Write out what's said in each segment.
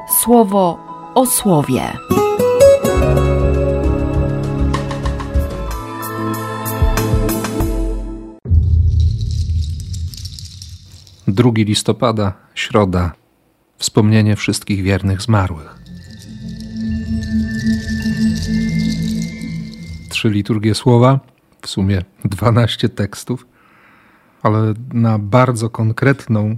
Słowo o słowie. Drugi listopada, środa, wspomnienie wszystkich wiernych zmarłych. 3 liturgie słowa, w sumie 12 tekstów, ale na bardzo konkretną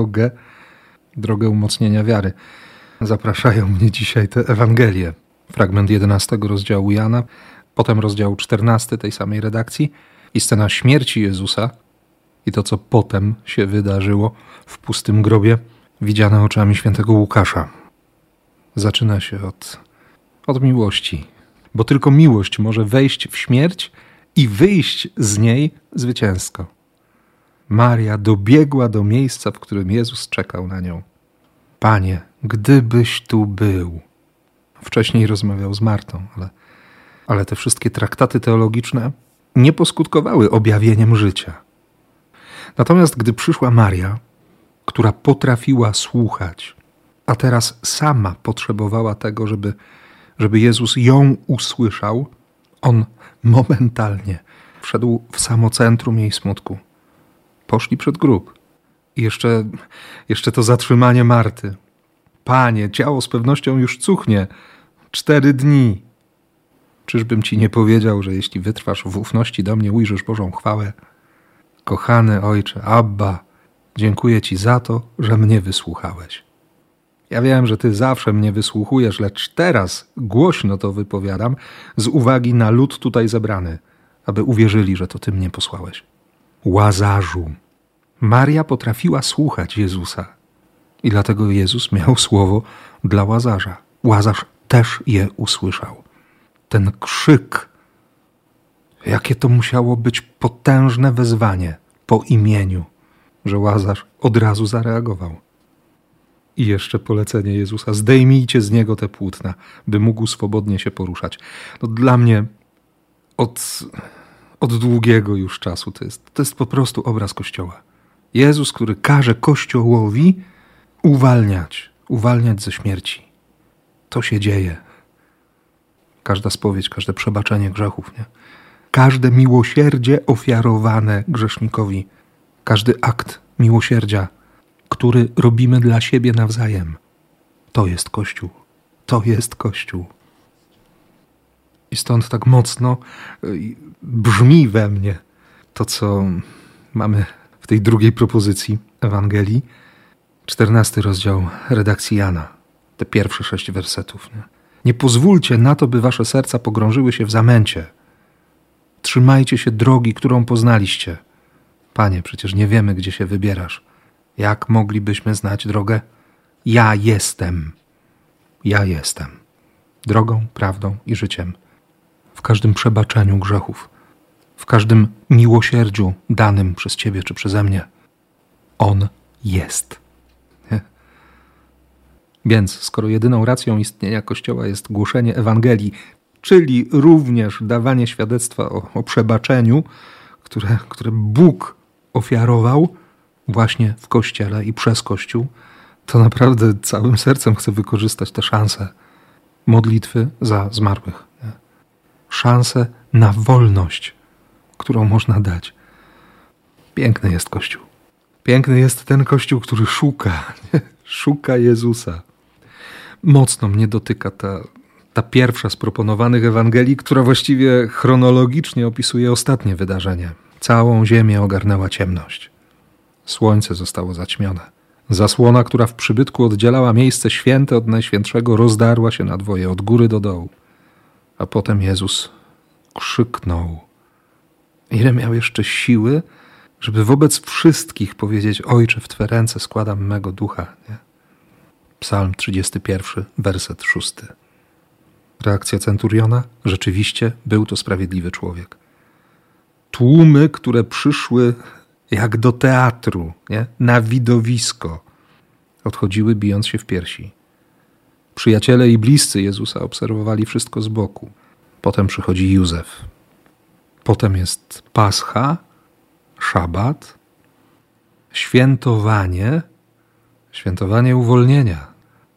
drogę umocnienia wiary zapraszają mnie dzisiaj te Ewangelie. Fragment 11 rozdziału Jana, potem rozdział 14 tej samej redakcji i scena śmierci Jezusa i to, co potem się wydarzyło w pustym grobie, widziane oczami świętego Łukasza. Zaczyna się od miłości, bo tylko miłość może wejść w śmierć i wyjść z niej zwycięsko. Maria dobiegła do miejsca, w którym Jezus czekał na nią. Panie, gdybyś tu był. Wcześniej rozmawiał z Martą, ale te wszystkie traktaty teologiczne nie poskutkowały objawieniem życia. Natomiast gdy przyszła Maria, która potrafiła słuchać, a teraz sama potrzebowała tego, żeby Jezus ją usłyszał, on momentalnie wszedł w samo centrum jej smutku. Poszli przed grób. I jeszcze to zatrzymanie Marty. Panie, ciało z pewnością już cuchnie. 4 dni. Czyżbym ci nie powiedział, że jeśli wytrwasz w ufności do mnie, ujrzysz Bożą chwałę? Kochany Ojcze, Abba, dziękuję ci za to, że mnie wysłuchałeś. Ja wiem, że ty zawsze mnie wysłuchujesz, lecz teraz głośno to wypowiadam z uwagi na lud tutaj zebrany, aby uwierzyli, że to ty mnie posłałeś. Łazarzu. Maria potrafiła słuchać Jezusa i dlatego Jezus miał słowo dla Łazarza. Łazarz też je usłyszał. Ten krzyk, jakie to musiało być potężne wezwanie po imieniu, że Łazarz od razu zareagował. I jeszcze polecenie Jezusa, zdejmijcie z niego te płótna, by mógł swobodnie się poruszać. No dla mnie od długiego już czasu to jest po prostu obraz Kościoła. Jezus, który każe Kościołowi uwalniać ze śmierci. To się dzieje. Każda spowiedź, każde przebaczenie grzechów, nie? Każde miłosierdzie ofiarowane grzesznikowi, każdy akt miłosierdzia, który robimy dla siebie nawzajem, to jest Kościół. To jest Kościół. I stąd tak mocno brzmi we mnie to, co mamy w tej drugiej propozycji Ewangelii. 14 rozdział redakcji Jana. Te pierwsze 6 wersetów. Nie pozwólcie na to, by wasze serca pogrążyły się w zamęcie. Trzymajcie się drogi, którą poznaliście. Panie, przecież nie wiemy, gdzie się wybierasz. Jak moglibyśmy znać drogę? Ja jestem. Drogą, prawdą i życiem. W każdym przebaczeniu grzechów, w każdym miłosierdziu danym przez Ciebie czy przeze mnie. On jest. Nie? Więc skoro jedyną racją istnienia Kościoła jest głoszenie Ewangelii, czyli również dawanie świadectwa o przebaczeniu, które Bóg ofiarował właśnie w Kościele i przez Kościół, to naprawdę całym sercem chcę wykorzystać tę szansę modlitwy za zmarłych. Nie? Szansę na wolność, którą można dać. Piękny jest Kościół. Piękny jest ten Kościół, który szuka Jezusa. Mocno mnie dotyka ta pierwsza z proponowanych Ewangelii, która właściwie chronologicznie opisuje ostatnie wydarzenie. Całą ziemię ogarnęła ciemność. Słońce zostało zaćmione. Zasłona, która w przybytku oddzielała miejsce święte od najświętszego, rozdarła się na dwoje, od góry do dołu. A potem Jezus krzyknął. Ile miał jeszcze siły, żeby wobec wszystkich powiedzieć: Ojcze, w Twe ręce składam mego ducha. Nie? Psalm 31, werset 6. Reakcja centuriona? Rzeczywiście był to sprawiedliwy człowiek. Tłumy, które przyszły jak do teatru, nie? Na widowisko, odchodziły bijąc się w piersi. Przyjaciele i bliscy Jezusa obserwowali wszystko z boku. Potem przychodzi Józef. Potem jest Pascha, szabat, świętowanie uwolnienia.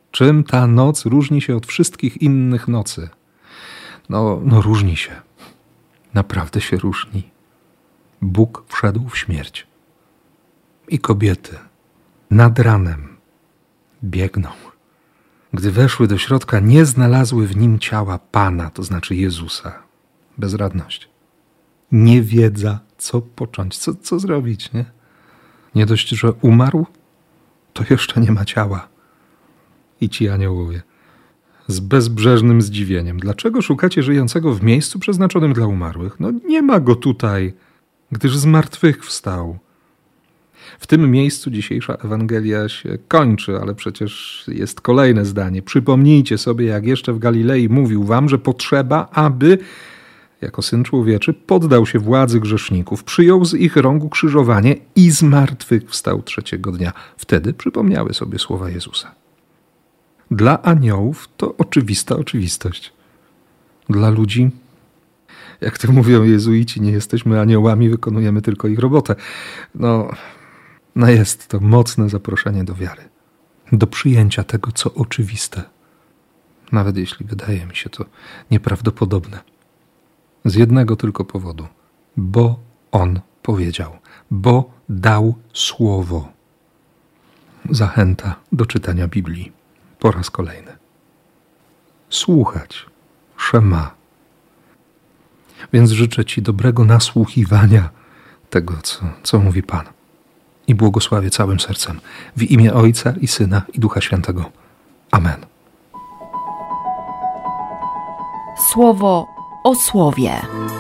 Czym ta noc różni się od wszystkich innych nocy? No różni się. Naprawdę się różni. Bóg wszedł w śmierć. I kobiety nad ranem biegną. Gdy weszły do środka, nie znalazły w nim ciała Pana, to znaczy Jezusa. Bezradność. Niewiedza, co począć, co zrobić, nie? Nie dość, że umarł, to jeszcze nie ma ciała. I ci aniołowie z bezbrzeżnym zdziwieniem. Dlaczego szukacie żyjącego w miejscu przeznaczonym dla umarłych? No nie ma go tutaj, gdyż z martwych wstał. W tym miejscu dzisiejsza Ewangelia się kończy, ale przecież jest kolejne zdanie. Przypomnijcie sobie, jak jeszcze w Galilei mówił wam, że potrzeba, aby jako Syn Człowieczy poddał się władzy grzeszników, przyjął z ich rąk ukrzyżowanie i z martwych wstał trzeciego dnia. Wtedy przypomniały sobie słowa Jezusa. Dla aniołów to oczywista oczywistość. Dla ludzi, jak to mówią jezuici, nie jesteśmy aniołami, wykonujemy tylko ich robotę. No jest to mocne zaproszenie do wiary, do przyjęcia tego, co oczywiste. Nawet jeśli wydaje mi się to nieprawdopodobne. Z jednego tylko powodu. Bo On powiedział, bo dał słowo. Zachęta do czytania Biblii po raz kolejny. Słuchać. Szema. Więc życzę Ci dobrego nasłuchiwania tego, co mówi Pan. I błogosławię całym sercem. W imię Ojca i Syna i Ducha Świętego. Amen. Słowo o słowie.